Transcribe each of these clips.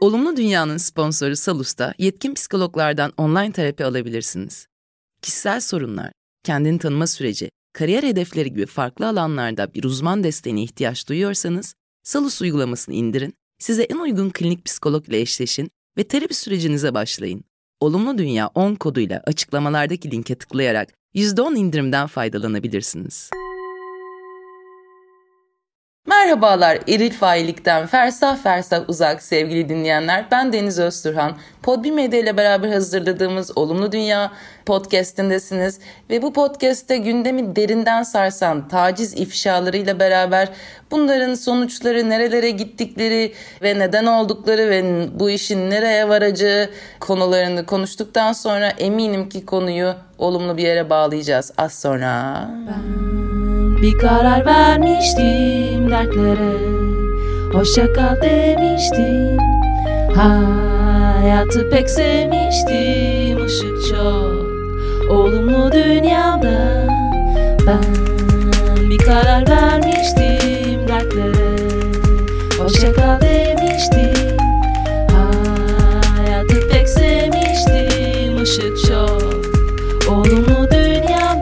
Olumlu Dünya'nın sponsoru Salus'ta yetkin psikologlardan online terapi alabilirsiniz. Kişisel sorunlar, kendini tanıma süreci, kariyer hedefleri gibi farklı alanlarda bir uzman desteğine ihtiyaç duyuyorsanız, Salus uygulamasını indirin, size en uygun klinik psikolog ile eşleşin ve terapi sürecinize başlayın. Olumlu Dünya 10 koduyla açıklamalardaki linke tıklayarak %10 indirimden faydalanabilirsiniz. Merhabalar, eril faillikten fersah fersah uzak sevgili dinleyenler. Ben Deniz Öztürhan. Podbi Medya ile beraber hazırladığımız Olumlu Dünya podcast'indesiniz. Ve bu podcast'te gündemi derinden sarsan taciz ifşalarıyla beraber bunların sonuçları, nerelere gittikleri ve neden oldukları ve bu işin nereye varacağı konularını konuştuktan sonra eminim ki konuyu olumlu bir yere bağlayacağız. Az sonra... Bir karar vermiştim dertlere, hoşça kal demiştim. Hayatı pek sevmiştim, ışık çok olumlu dünyamda. Ben bir karar vermiştim dertlere, hoşça kal demiştim. Hayatı pek sevmiştim, ışık çok olumlu dünyamda.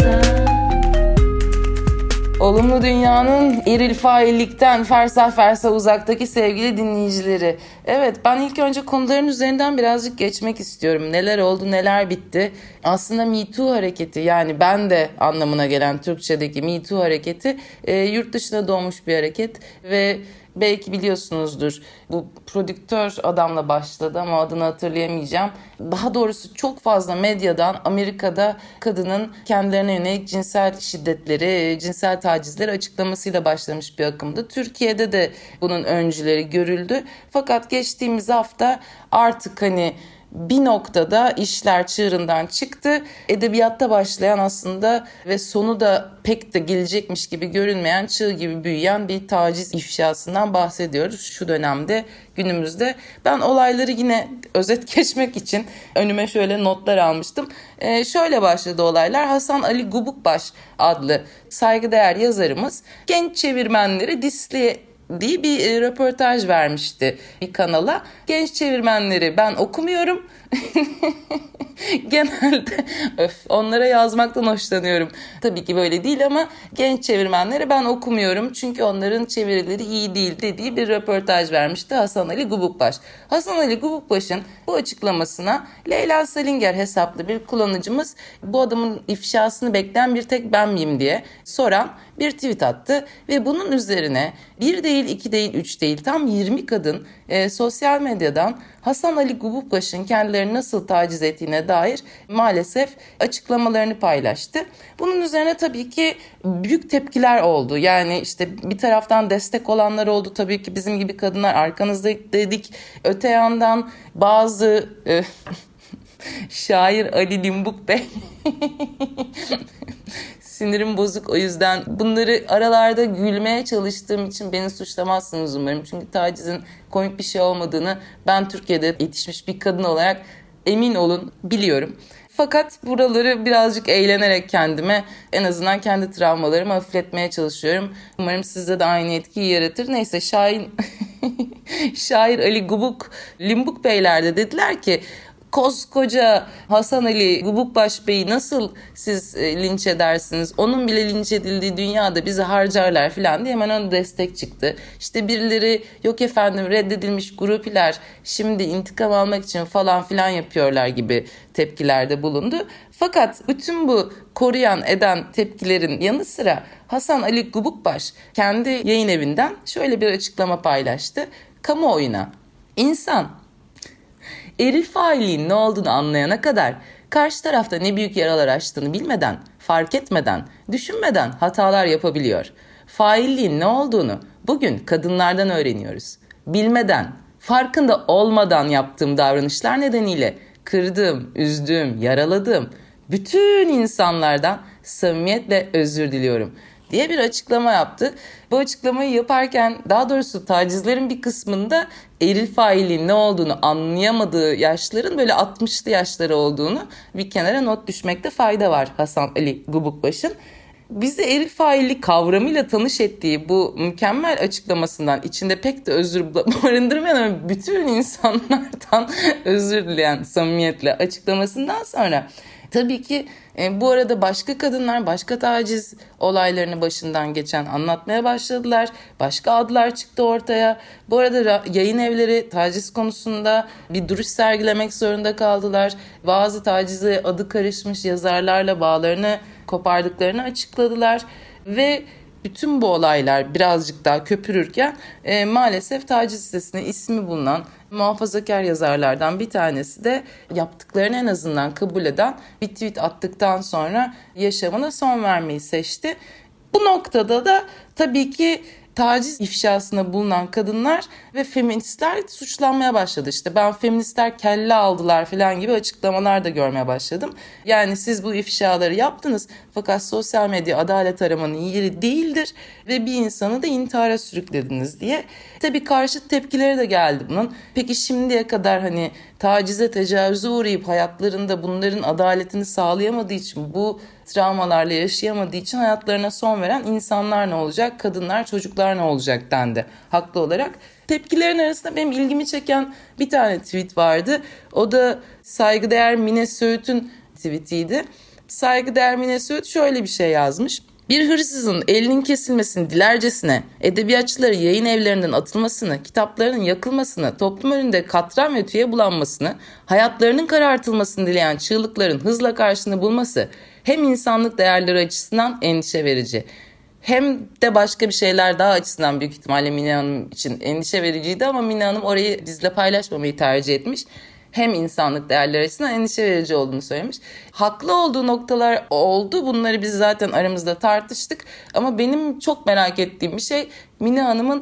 Olumlu Dünya'nın eril faillikten fersah fersah uzaktaki sevgili dinleyicileri. Evet, ben ilk önce konuların üzerinden birazcık geçmek istiyorum. Neler oldu, neler bitti. Aslında Me Too hareketi, yani ben de anlamına gelen Türkçedeki Me Too hareketi yurt dışına doğmuş bir hareket ve belki biliyorsunuzdur, bu prodüktör adamla başladı ama adını hatırlayamayacağım. Daha doğrusu çok fazla medyadan Amerika'da kadının kendilerine yönelik cinsel şiddetleri, cinsel tacizleri açıklamasıyla başlamış bir akımdı. Türkiye'de de bunun öncüleri görüldü. Fakat geçtiğimiz hafta artık bir noktada işler çığırından çıktı. Edebiyatta başlayan aslında ve sonu da pek de gelecekmiş gibi görünmeyen, çığ gibi büyüyen bir taciz ifşasından bahsediyoruz şu dönemde, günümüzde. Ben olayları yine özet geçmek için önüme şöyle notlar almıştım. Şöyle başladı olaylar. Hasan Ali Gubukbaş adlı saygıdeğer yazarımız genç çevirmenleri diye bir röportaj vermişti bir kanala. Genç çevirmenleri ben okumuyorum. Genelde onlara yazmaktan hoşlanıyorum. Tabii ki böyle değil ama genç çevirmenleri ben okumuyorum. Çünkü onların çevirileri iyi değil dediği bir röportaj vermişti Hasan Ali Gubukbaş. Hasan Ali Gubukbaş'ın bu açıklamasına Leyla Salinger hesaplı bir kullanıcımız bu adamın ifşasını bekleyen bir tek ben miyim diye soran bir tweet attı. Ve bunun üzerine 1 değil, 2 değil, 3 değil tam 20 kadın sosyal medyadan Hasan Ali Gubukbaş'ın kendilerini nasıl taciz ettiğine dair maalesef açıklamalarını paylaştı. Bunun üzerine tabii ki büyük tepkiler oldu. Yani işte bir taraftan destek olanlar oldu. Tabii ki bizim gibi kadınlar arkanızda dedik. Öte yandan bazı şair Ali Limbuk Bey sinirim bozuk, o yüzden bunları aralarda gülmeye çalıştığım için beni suçlamazsınız umarım. Çünkü tacizin komik bir şey olmadığını ben Türkiye'de yetişmiş bir kadın olarak emin olun biliyorum. Fakat buraları birazcık eğlenerek kendime, en azından kendi travmalarımı hafifletmeye çalışıyorum. Umarım sizde de aynı etkiyi yaratır. Neyse, şair Ali Limbuk Beyler de dediler ki koskoca Hasan Ali Gubukbaş Bey'i nasıl siz linç edersiniz? Onun bile linç edildiği dünyada bizi harcarlar falan diye hemen ona destek çıktı. İşte birileri yok efendim reddedilmiş grupiler şimdi intikam almak için falan filan yapıyorlar gibi tepkilerde bulundu. Fakat bütün bu koruyan eden tepkilerin yanı sıra Hasan Ali Gubukbaş kendi yayın evinden şöyle bir açıklama paylaştı. Kamuoyuna insan eril failliğin ne olduğunu anlayana kadar karşı tarafta ne büyük yaralar açtığını bilmeden, fark etmeden, düşünmeden hatalar yapabiliyor. Failliğin ne olduğunu bugün kadınlardan öğreniyoruz. Bilmeden, farkında olmadan yaptığım davranışlar nedeniyle kırdığım, üzdüğüm, yaraladığım bütün insanlardan samimiyetle özür diliyorum diye bir açıklama yaptı. Bu açıklamayı yaparken, daha doğrusu tacizlerin bir kısmında eril failliğin ne olduğunu anlayamadığı yaşların böyle 60'lı yaşları olduğunu bir kenara not düşmekte fayda var Hasan Ali Gubukbaş'ın. bizi eril faillik kavramıyla tanış ettiği bu mükemmel açıklamasından, içinde pek de özür barındırmayan ama bütün insanlardan özür dileyen samimiyetle açıklamasından sonra tabii ki bu arada başka kadınlar başka taciz olaylarını başından geçen anlatmaya başladılar. Başka adlar çıktı ortaya. Bu arada yayın evleri taciz konusunda bir duruş sergilemek zorunda kaldılar. Bazı tacize adı karışmış yazarlarla bağlarını kopardıklarını açıkladılar. Ve bütün bu olaylar birazcık daha köpürürken maalesef taciz sitesine ismi bulunan muhafazakar yazarlardan bir tanesi de yaptıklarını en azından kabul eden bir tweet attıktan sonra yaşamına son vermeyi seçti. Bu noktada da tabii ki taciz ifşasında bulunan kadınlar ve feministler suçlanmaya başladı. İşte ben feministler kelle aldılar falan gibi açıklamalar da görmeye başladım. Yani siz bu ifşaları yaptınız fakat sosyal medya adalet aramanın yeri değildir ve bir insanı da intihara sürüklediniz diye. Tabii karşıt tepkileri de geldi bunun. Peki şimdiye kadar hani tacize, tecavüze uğrayıp hayatlarında bunların adaletini sağlayamadığı için, bu travmalarla yaşayamadığı için hayatlarına son veren insanlar ne olacak? Kadınlar, çocuklar ne olacak dendi haklı olarak. Tepkilerin arasında benim ilgimi çeken bir tane tweet vardı. O da saygıdeğer Mine Söğüt'ün tweetiydi. Saygıdeğer Mine Söğüt şöyle bir şey yazmış. Bir hırsızın elinin kesilmesini dilercesine, edebiyatçıları yayın evlerinden atılmasını, kitaplarının yakılmasını, toplum önünde katran ve tüye bulanmasını, hayatlarının karartılmasını dileyen çığlıkların hızla karşılığını bulması hem insanlık değerleri açısından endişe verici, hem de başka bir şeyler daha açısından büyük ihtimalle Mine Hanım için endişe vericiydi ama Mine Hanım orayı bizle paylaşmamayı tercih etmiş. Hem insanlık değerleri açısından endişe verici olduğunu söylemiş. Haklı olduğu noktalar oldu. Bunları biz zaten aramızda tartıştık. Ama benim çok merak ettiğim bir şey Mine Hanım'ın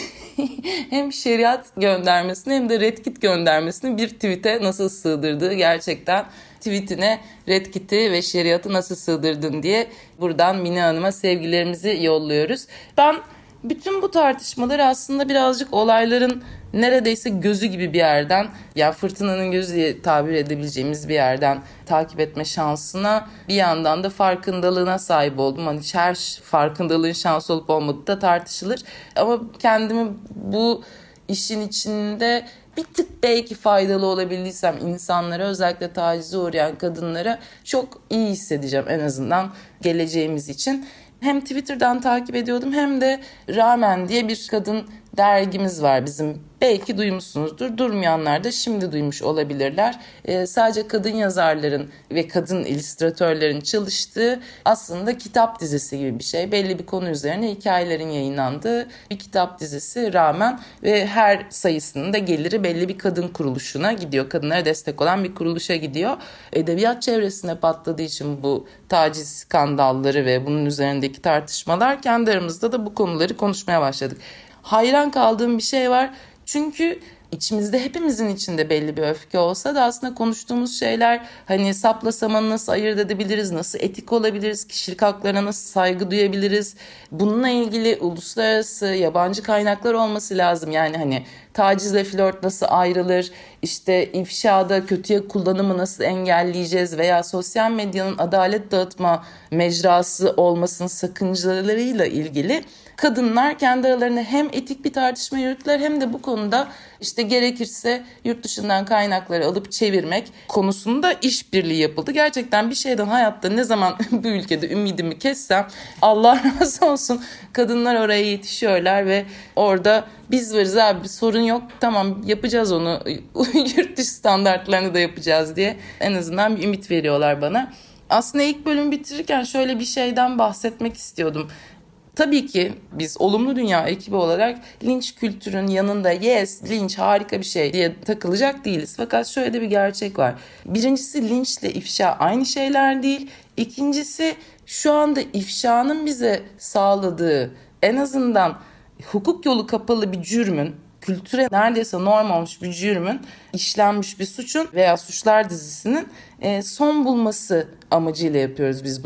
hem şeriat göndermesini hem de redkit göndermesini bir tweet'e nasıl sığdırdığı, gerçekten tweetine redkit'i ve şeriatı nasıl sığdırdın diye buradan Mine Hanım'a sevgilerimizi yolluyoruz. Ben bütün bu tartışmaları aslında birazcık olayların neredeyse gözü gibi bir yerden, yani fırtınanın gözü diye tabir edebileceğimiz bir yerden takip etme şansına, bir yandan da farkındalığına sahip oldum. Hani her farkındalığın şansı olup olmadığı da tartışılır. Ama kendimi bu işin içinde bir tık belki faydalı olabildiysem insanlara, özellikle tacize uğrayan kadınlara çok iyi hissedeceğim en azından geleceğimiz için. Hem Twitter'dan takip ediyordum hem de Ramen diye bir kadın dergimiz var bizim. Belki duymuşsunuzdur. Durmayanlar da şimdi duymuş olabilirler. Sadece kadın yazarların ve kadın illüstratörlerin çalıştığı aslında kitap dizisi gibi bir şey. Belli bir konu üzerine hikayelerin yayınlandığı bir kitap dizisi Ramen ve her sayısının da geliri belli bir kadın kuruluşuna gidiyor. Kadınlara destek olan bir kuruluşa gidiyor. Edebiyat çevresine patladığı için bu taciz skandalları ve bunun üzerindeki tartışmalar, kendi aramızda da bu konuları konuşmaya başladık. Hayran kaldığım bir şey var. Çünkü içimizde, hepimizin içinde belli bir öfke olsa da aslında konuştuğumuz şeyler, hani sapla samanı nasıl ayırt edebiliriz, nasıl etik olabiliriz, kişilik haklarına nasıl saygı duyabiliriz, bununla ilgili uluslararası yabancı kaynaklar olması lazım. Yani hani tacizle flört nasıl ayrılır, işte ifşada kötüye kullanımı nasıl engelleyeceğiz veya sosyal medyanın adalet dağıtma mecrası olmasının sakıncalarıyla ilgili kadınlar kendi aralarında hem etik bir tartışma yürüttüler hem de bu konuda işte gerekirse yurt dışından kaynakları alıp çevirmek konusunda işbirliği yapıldı. Gerçekten bir şeyden hayatta ne zaman bu ülkede ümidimi kessem, Allah razı olsun, kadınlar oraya yetişiyorlar ve orada biz varız abi, bir sorun yok, tamam yapacağız onu, yurt dışı standartlarını da yapacağız diye en azından bir ümit veriyorlar bana. Aslında ilk bölümü bitirirken şöyle bir şeyden bahsetmek istiyordum. Tabii ki biz Olumlu Dünya ekibi olarak linç kültürün yanında yes linç harika bir şey diye takılacak değiliz. Fakat şöyle de bir gerçek var. Birincisi, linçle ifşa aynı şeyler değil. İkincisi, şu anda ifşanın bize sağladığı en azından hukuk yolu kapalı bir cürmün, kültüre neredeyse norm olmuş bir cürmün, işlenmiş bir suçun veya suçlar dizisinin son bulması amacıyla yapıyoruz biz bunu.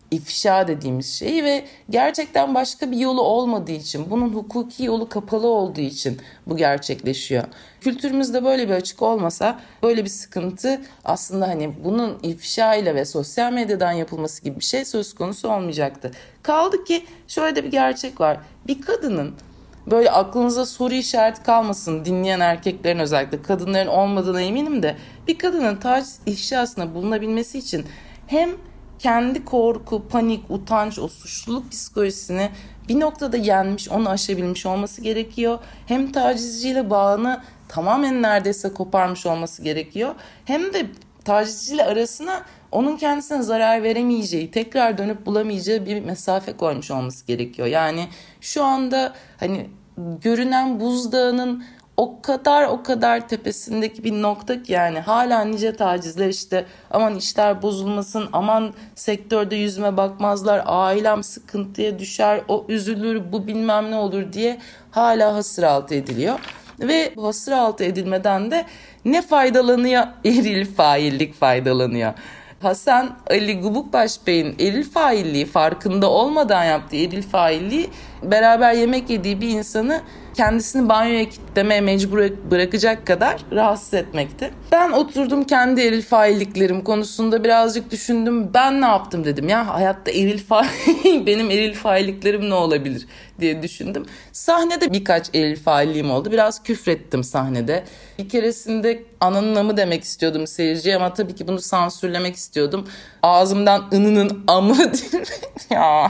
ifşa dediğimiz şeyi ve gerçekten başka bir yolu olmadığı için, bunun hukuki yolu kapalı olduğu için bu gerçekleşiyor. Kültürümüzde böyle bir açık olmasa böyle bir sıkıntı aslında hani bunun ifşa ile ve sosyal medyadan yapılması gibi bir şey söz konusu olmayacaktı. Kaldı ki şöyle de bir gerçek var. Bir kadının böyle aklınıza soru işareti kalmasın, dinleyen erkeklerin özellikle, kadınların olmadığına eminim de, bir kadının taciz ifşasında bulunabilmesi için hem kendi korku, panik, utanç, o suçluluk psikolojisini bir noktada yenmiş, onu aşabilmiş olması gerekiyor. Hem tacizciyle bağını tamamen neredeyse koparmış olması gerekiyor. Hem de tacizciyle arasına onun kendisine zarar veremeyeceği, tekrar dönüp bulamayacağı bir mesafe koymuş olması gerekiyor. Yani şu anda hani görünen buzdağının o kadar tepesindeki bir nokta ki, yani hala nice tacizler, işte aman işler bozulmasın, aman sektörde yüzüme bakmazlar, ailem sıkıntıya düşer, o üzülür, bu bilmem ne olur diye hala hasır altı ediliyor. Ve bu hasır altı edilmeden de ne faydalanıyor? Eril faillik faydalanıyor. Hasan Ali Gubukbaş Bey'in eril failliği, farkında olmadan yaptığı eril failliği, beraber yemek yediği bir insanı kendisini banyoya kilitlemeye mecbur bırakacak kadar rahatsız etmekte. Ben oturdum kendi eril failliklerim konusunda birazcık düşündüm. Ben ne yaptım dedim ya, hayatta eril fail benim eril failliklerim ne olabilir diye düşündüm. Sahnede birkaç eril failliğim oldu. Biraz küfrettim sahnede. Bir keresinde ananın amı demek istiyordum seyirciye ama tabii ki bunu sansürlemek istiyordum. Ağzımdan ınının amı ya.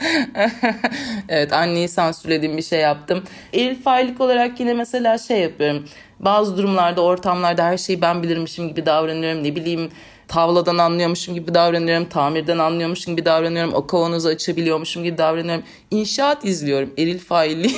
Evet, anneyi sansürlediğim bir şey yaptım. Eril faillik olarak yine mesela şey yapıyorum. Bazı durumlarda, ortamlarda her şeyi ben bilirmişim gibi davranıyorum. Ne bileyim, tavladan anlıyormuşum gibi davranıyorum. Tamirden anlıyormuşum gibi davranıyorum. O kavanozu açabiliyormuşum gibi davranıyorum. İnşaat izliyorum. Eril faillik.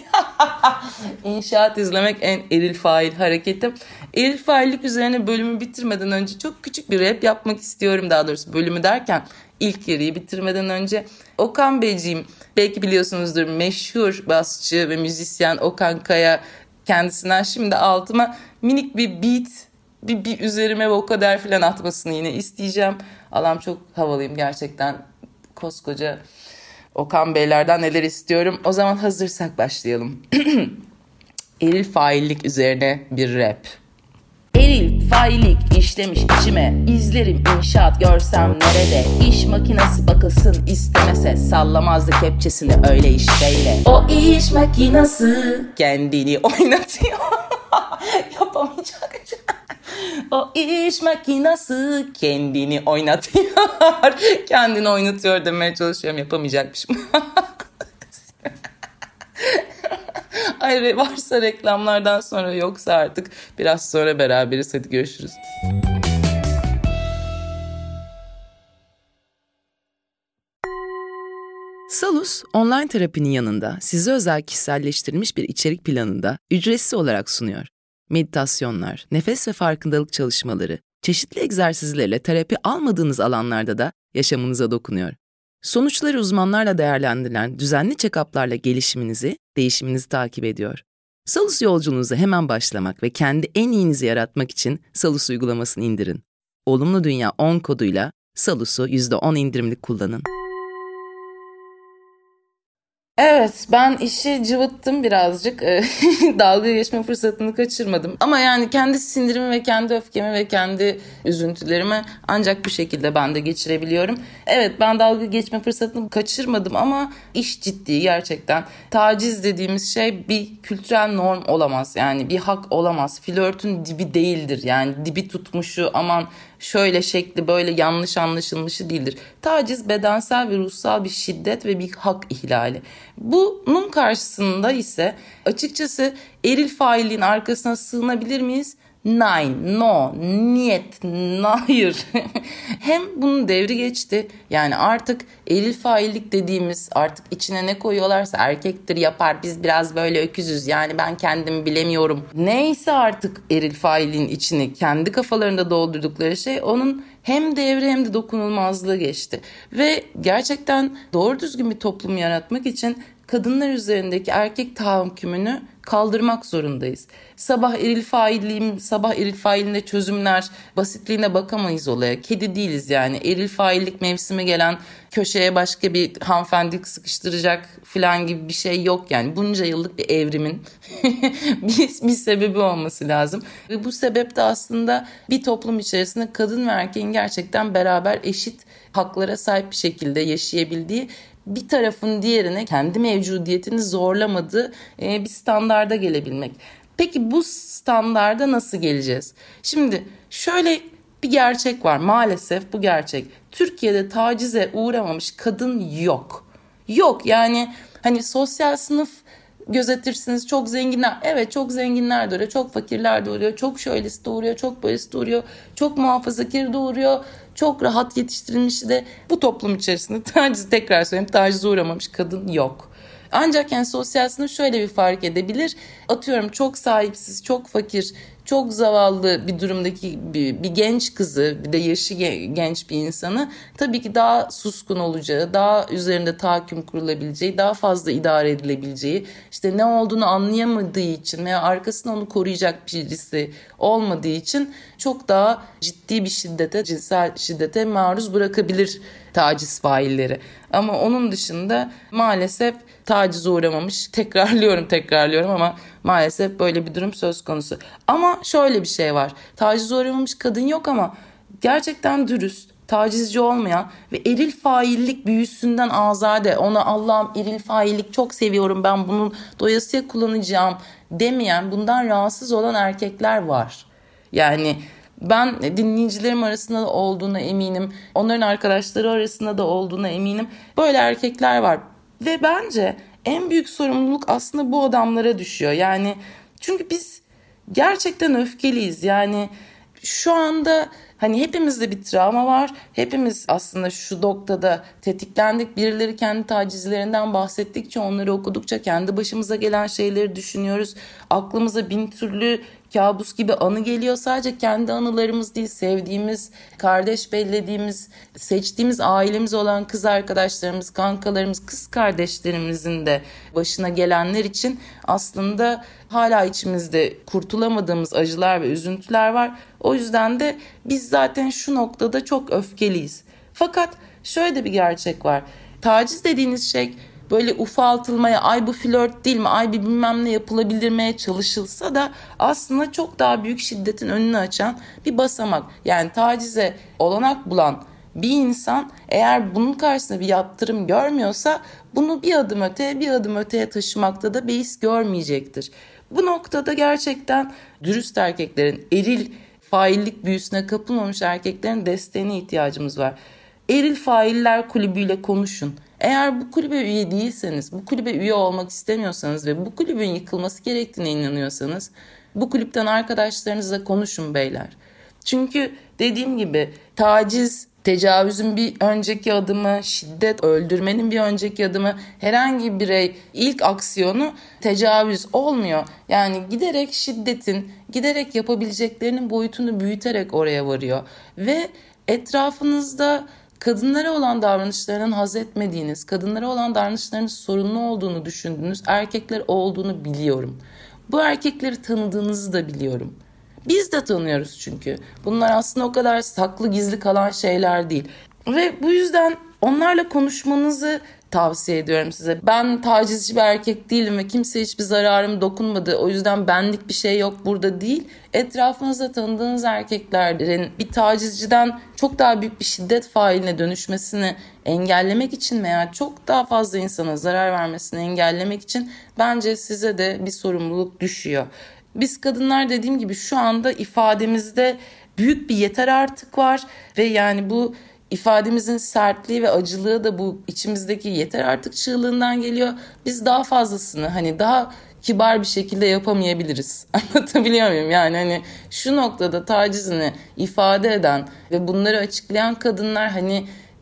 İnşaat izlemek en eril fail hareketim. Eril faillik üzerine bölümü bitirmeden önce çok küçük bir rap yapmak istiyorum. Daha doğrusu bölümü derken ilk yarıyı bitirmeden önce. Okan Beyciğim, belki biliyorsunuzdur, meşhur basçı ve müzisyen Okan Kaya, kendisinden şimdi altıma minik bir beat, bir üzerime vokader falan atmasını yine isteyeceğim. Allah'ım çok havalıyım gerçekten, koskoca Okan Beylerden neler istiyorum. O zaman hazırsak başlayalım. Eril faillik üzerine bir rap. Eril faillik işlemiş içime, izlerim inşaat görsem nerede. İş makinesi bakılsın istemese, sallamazdı kepçesini öyle işleyle. O iş makinesi kendini oynatıyor. Yapamayacak. O iş makinesi kendini oynatıyor. Kendini oynatıyor demeye çalışıyorum, yapamayacakmışım. Ay, varsa reklamlardan sonra, yoksa artık biraz sonra beraberiz. Hadi görüşürüz. Salus, online terapinin yanında size özel kişiselleştirilmiş bir içerik planında ücretsiz olarak sunuyor. Meditasyonlar, nefes ve farkındalık çalışmaları, çeşitli egzersizlerle terapi almadığınız alanlarda da yaşamınıza dokunuyor. Sonuçları uzmanlarla değerlendirilen düzenli check-up'larla gelişiminizi, değişiminizi takip ediyor. Salus yolculuğunuza hemen başlamak ve kendi en iyinizi yaratmak için Salus uygulamasını indirin. Olumlu Dünya 10 koduyla Salus'u %10 indirimli kullanın. Evet, ben işi cıvıttım birazcık. Dalga geçme fırsatını kaçırmadım. Ama yani kendi sindirimi ve kendi öfkemi ve kendi üzüntülerimi ancak bu şekilde ben de geçirebiliyorum. Evet, ben dalga geçme fırsatını kaçırmadım ama iş ciddi gerçekten. Taciz dediğimiz şey bir kültürel norm olamaz. Yani bir hak olamaz. Flörtün dibi değildir. Yani dibi tutmuşu, aman şöyle şekli böyle yanlış anlaşılmışı değildir. Taciz bedensel ve ruhsal bir şiddet ve bir hak ihlali. Bunun karşısında ise açıkçası eril failliğin arkasına sığınabilir miyiz? Nein, no, niyet, hayır. Hem bunun devri geçti. Yani artık eril faillik dediğimiz, artık içine ne koyuyorlarsa erkektir yapar, biz biraz böyle öküzüz, yani ben kendimi bilemiyorum. Neyse artık eril failliğin içini kendi kafalarında doldurdukları şey, onun hem devri hem de dokunulmazlığı geçti. Ve gerçekten doğru düzgün bir toplum yaratmak için kadınlar üzerindeki erkek tahakkümünü kaldırmak zorundayız. Sabah eril failinde çözümler basitliğine bakamayız olaya. Kedi değiliz yani. Eril faillik mevsimi gelen köşeye başka bir hanımefendi sıkıştıracak falan gibi bir şey yok yani. Bunca yıllık bir evrimin bir sebebi olması lazım. Ve bu sebep de aslında bir toplum içerisinde kadın ve erkeğin gerçekten beraber eşit haklara sahip bir şekilde yaşayabildiği, bir tarafın diğerine kendi mevcudiyetini zorlamadığı bir standarda gelebilmek. Peki bu standarda nasıl geleceğiz? Şimdi şöyle bir gerçek var, maalesef bu gerçek. Türkiye'de tacize uğramamış kadın yok. Yok yani, hani sosyal sınıf gözetirsiniz, çok zenginler. Evet, çok zenginler de oluyor, çok fakirler de oluyor, çok şöylesi de oluyor, çok böylesi de oluyor, çok muhafazakar da oluyor, çok rahat yetiştirilmiş de. Bu toplum içerisinde tekrar söyleyeyim, tacize uğramamış kadın yok. Ancak yani sosyal sınıf şöyle bir fark edebilir. Atıyorum, çok sahipsiz, çok fakir, çok zavallı bir durumdaki bir genç kızı, bir de yaşı genç bir insanı tabii ki daha suskun olacağı, daha üzerinde tahakküm kurulabileceği, daha fazla idare edilebileceği, işte ne olduğunu anlayamadığı için veya arkasında onu koruyacak birisi olmadığı için çok daha ciddi bir şiddete, cinsel şiddete maruz bırakabilir taciz failleri. Ama onun dışında maalesef tacize uğramamış, tekrarlıyorum ama maalesef böyle bir durum söz konusu. Ama şöyle bir şey var. Tacize uğramamış kadın yok ama gerçekten dürüst, tacizci olmayan ve eril faillik büyüsünden azade, ona Allah'ım eril faillik çok seviyorum, ben bunu doyasıya kullanacağım demeyen, bundan rahatsız olan erkekler var. Yani ben dinleyicilerim arasında da olduğuna eminim. Onların arkadaşları arasında da olduğuna eminim. Böyle erkekler var. Ve bence en büyük sorumluluk aslında bu adamlara düşüyor. Yani çünkü biz gerçekten öfkeliyiz. Yani şu anda hani hepimizde bir travma var. Hepimiz aslında şu noktada tetiklendik. Birileri kendi tacizlerinden bahsettikçe, onları okudukça kendi başımıza gelen şeyleri düşünüyoruz. Aklımıza bin türlü kabus gibi anı geliyor. Sadece kendi anılarımız değil, sevdiğimiz, kardeş bellediğimiz, seçtiğimiz ailemiz olan kız arkadaşlarımız, kankalarımız, kız kardeşlerimizin de başına gelenler için aslında hala içimizde kurtulamadığımız acılar ve üzüntüler var. O yüzden de biz zaten şu noktada çok öfkeliyiz. Fakat şöyle de bir gerçek var. Taciz dediğiniz şey böyle ufaltılmaya, ay bu flört değil mi, ay bir bilmem ne yapılabilmeye çalışılsa da aslında çok daha büyük şiddetin önünü açan bir basamak. Yani tacize olanak bulan bir insan eğer bunun karşısında bir yaptırım görmüyorsa bunu bir adım öteye taşımakta da beis görmeyecektir. Bu noktada gerçekten dürüst erkeklerin, eril faillik büyüsüne kapılmamış erkeklerin desteğine ihtiyacımız var. Eril Failler Kulübü'yle konuşun. Eğer bu kulübe üye değilseniz, bu kulübe üye olmak istemiyorsanız ve bu kulübün yıkılması gerektiğine inanıyorsanız, bu kulüpten arkadaşlarınızla konuşun beyler. Çünkü dediğim gibi taciz, tecavüzün bir önceki adımı, şiddet, öldürmenin bir önceki adımı, herhangi bir birey ilk aksiyonu tecavüz olmuyor. Yani giderek şiddetin, giderek yapabileceklerinin boyutunu büyüterek oraya varıyor. Ve etrafınızda kadınlara olan davranışlarının haz etmediğiniz, kadınlara olan davranışlarının sorunlu olduğunu düşündüğünüz erkekler olduğunu biliyorum. Bu erkekleri tanıdığınızı da biliyorum. Biz de tanıyoruz çünkü. Bunlar aslında o kadar saklı gizli kalan şeyler değil. Ve bu yüzden onlarla konuşmanızı tavsiye ediyorum size. Ben tacizci bir erkek değilim ve kimseye hiçbir zararım dokunmadı. O yüzden benlik bir şey yok burada değil. Etrafınızda tanıdığınız erkeklerin bir tacizciden çok daha büyük bir şiddet failine dönüşmesini engellemek için veya çok daha fazla insana zarar vermesini engellemek için bence size de bir sorumluluk düşüyor. Biz kadınlar dediğim gibi şu anda ifademizde büyük bir yeter artık var ve yani bu ifademizin sertliği ve acılığı da bu içimizdeki yeter artık çığlığından geliyor. Biz daha fazlasını hani daha kibar bir şekilde yapamayabiliriz. Anlatabiliyor muyum? Yani hani şu noktada tacizini ifade eden ve bunları açıklayan kadınlar hani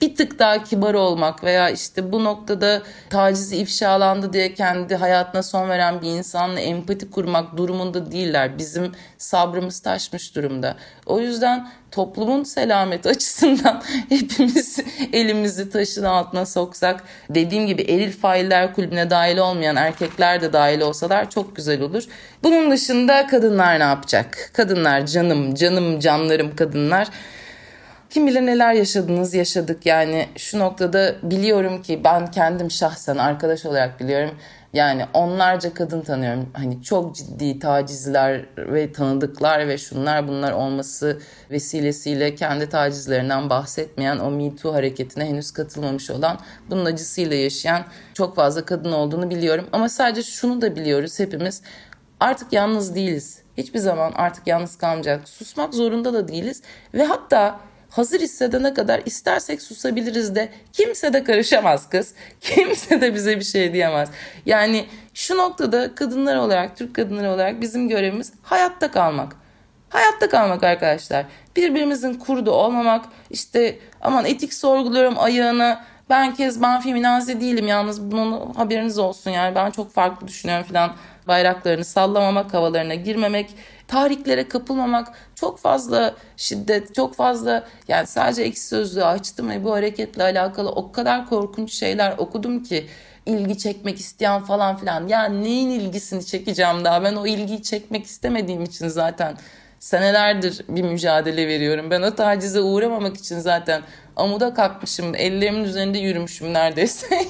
bir tık daha kibar olmak veya işte bu noktada tacizi ifşalandı diye kendi hayatına son veren bir insanla empati kurmak durumunda değiller. Bizim sabrımız taşmış durumda. O yüzden toplumun selameti açısından hepimiz elimizi taşın altına soksak, dediğim gibi eril failler kulübüne dahil olmayan erkekler de dahil olsalar çok güzel olur. Bunun dışında kadınlar ne yapacak? Kadınlar canlarım kadınlar. Kim bilir neler yaşadık yani şu noktada biliyorum ki ben kendim şahsen arkadaş olarak biliyorum. Yani onlarca kadın tanıyorum. Hani çok ciddi tacizler ve tanıdıklar ve şunlar bunlar olması vesilesiyle kendi tacizlerinden bahsetmeyen, o Me Too hareketine henüz katılmamış olan, bunun acısıyla yaşayan çok fazla kadın olduğunu biliyorum. Ama sadece şunu da biliyoruz hepimiz, artık yalnız değiliz. Hiçbir zaman artık yalnız kalmayacağız. Susmak zorunda da değiliz ve hatta hazır hissedene kadar istersek susabiliriz de kimse de karışamaz kız. Kimse de bize bir şey diyemez. Yani şu noktada kadınlar olarak, Türk kadınları olarak bizim görevimiz hayatta kalmak. Hayatta kalmak arkadaşlar. Birbirimizin kurdu olmamak. İşte aman etik sorguluyorum ayağına. Ben feminazi değilim yalnız, bunun haberiniz olsun yani ben çok farklı düşünüyorum falan. Bayraklarını sallamamak, havalarına girmemek, tahriklere kapılmamak, çok fazla şiddet, çok fazla yani sadece Ekşi Sözlüğü açtım ve bu hareketle alakalı o kadar korkunç şeyler okudum ki ilgi çekmek isteyen falan filan. Ya neyin ilgisini çekeceğim daha, ben o ilgiyi çekmek istemediğim için zaten senelerdir bir mücadele veriyorum. Ben o tacize uğramamak için zaten amuda kalkmışım, ellerimin üzerinde yürümüşüm neredeyse.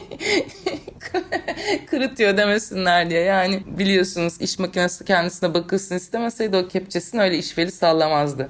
Kırıtıyor demesinler diye. Yani biliyorsunuz iş makinesi kendisine bakılsın istemeseydi o kepçesini öyle işveli sallamazdı.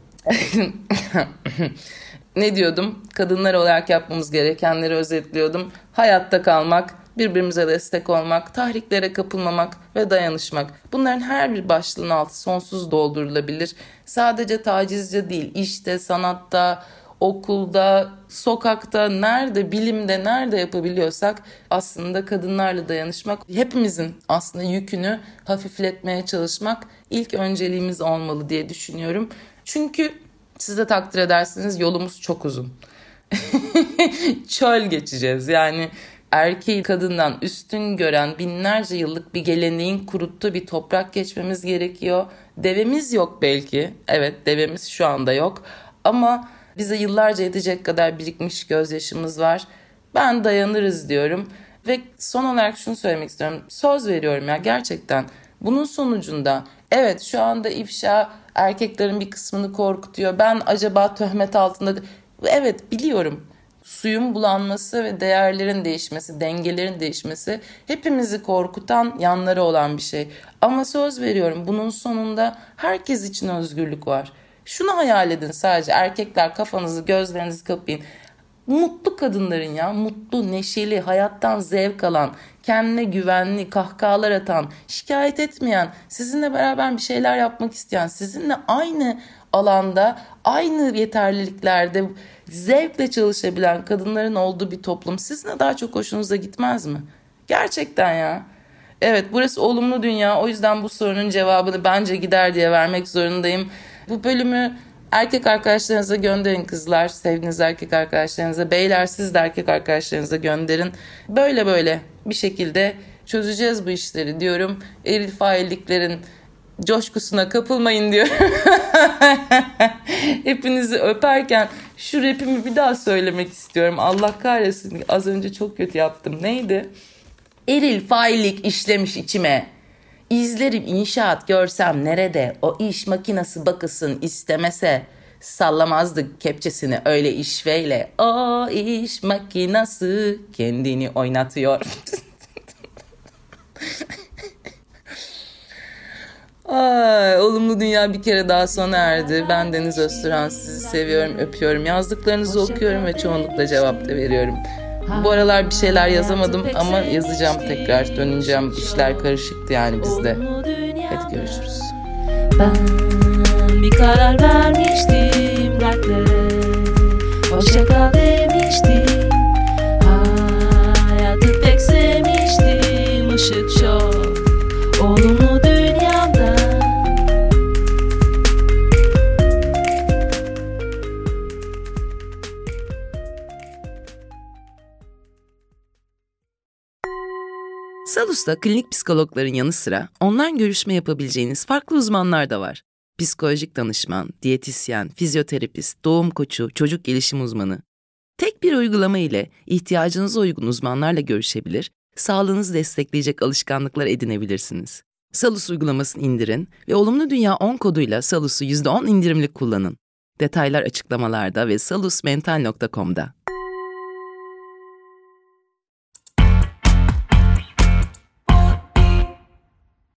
Ne diyordum? Kadınlar olarak yapmamız gerekenleri özetliyordum. Hayatta kalmak, birbirimize destek olmak, tahriklere kapılmamak ve dayanışmak. Bunların her bir başlığın altı sonsuz doldurulabilir. Sadece tacizce değil, işte, sanatta, okulda, sokakta, nerede, bilimde, nerede yapabiliyorsak aslında kadınlarla dayanışmak, hepimizin aslında yükünü hafifletmeye çalışmak ilk önceliğimiz olmalı diye düşünüyorum. Çünkü siz de takdir edersiniz, yolumuz çok uzun. Çöl geçeceğiz yani. Erkeği kadından üstün gören binlerce yıllık bir geleneğin kuruttuğu bir toprak geçmemiz gerekiyor. Devemiz yok belki. Evet, devemiz şu anda yok. Ama bize yıllarca yetecek kadar birikmiş gözyaşımız var. Ben dayanırız diyorum. Ve son olarak şunu söylemek istiyorum. Söz veriyorum ya, gerçekten. Bunun sonucunda evet şu anda ifşa erkeklerin bir kısmını korkutuyor. Ben acaba töhmet altında... Evet, biliyorum. Suyun bulanması ve değerlerin değişmesi, dengelerin değişmesi hepimizi korkutan yanları olan bir şey. Ama söz veriyorum, bunun sonunda herkes için özgürlük var. Şunu hayal edin sadece, erkekler kafanızı gözlerinizi kapayın. Mutlu kadınların, ya mutlu, neşeli, hayattan zevk alan, kendine güvenli, kahkahalar atan, şikayet etmeyen, sizinle beraber bir şeyler yapmak isteyen, sizinle aynı alanda, aynı yeterliliklerde zevkle çalışabilen kadınların olduğu bir toplum sizinle daha çok hoşunuza gitmez mi? Gerçekten ya. Evet, burası olumlu dünya, o yüzden bu sorunun cevabını bence gider diye vermek zorundayım. Bu bölümü erkek arkadaşlarınıza gönderin kızlar, sevdiğiniz erkek arkadaşlarınıza, beyler siz de erkek arkadaşlarınıza gönderin. Böyle bir şekilde çözeceğiz bu işleri diyorum. Eril failliklerin coşkusuna kapılmayın diyorum. Hepinizi öperken şu rapimi bir daha söylemek istiyorum. Allah kahretsin, az önce çok kötü yaptım. Neydi? Eril faillik işlemiş içime. İzlerim inşaat görsem nerede, o iş makinası bakısın istemese, sallamazdık kepçesini öyle işveyle, o iş makinası kendini oynatıyor. Ay, olumlu dünya bir kere daha sona erdi. Ben Deniz Öztürhan, sizi seviyorum, öpüyorum. Yazdıklarınızı okuyorum ve çoğunlukla cevap da veriyorum. Bu aralar bir şeyler yazamadım ama yazacağım tekrar, döneceğim. İşler karışıktı yani bizde. Hadi görüşürüz. Ben bir karar vermiştim dertlere, hoşça kal demiştim. Hayatı pek sevmiştim, ışık çok olumlu dünyamda. Salus'ta klinik psikologların yanı sıra online görüşme yapabileceğiniz farklı uzmanlar da var. Psikolojik danışman, diyetisyen, fizyoterapist, doğum koçu, çocuk gelişim uzmanı. Tek bir uygulama ile ihtiyacınıza uygun uzmanlarla görüşebilir, sağlığınızı destekleyecek alışkanlıklar edinebilirsiniz. Salus uygulamasını indirin ve Olumlu Dünya 10 koduyla Salus'u %10 indirimli kullanın. Detaylar açıklamalarda ve salusmental.com'da.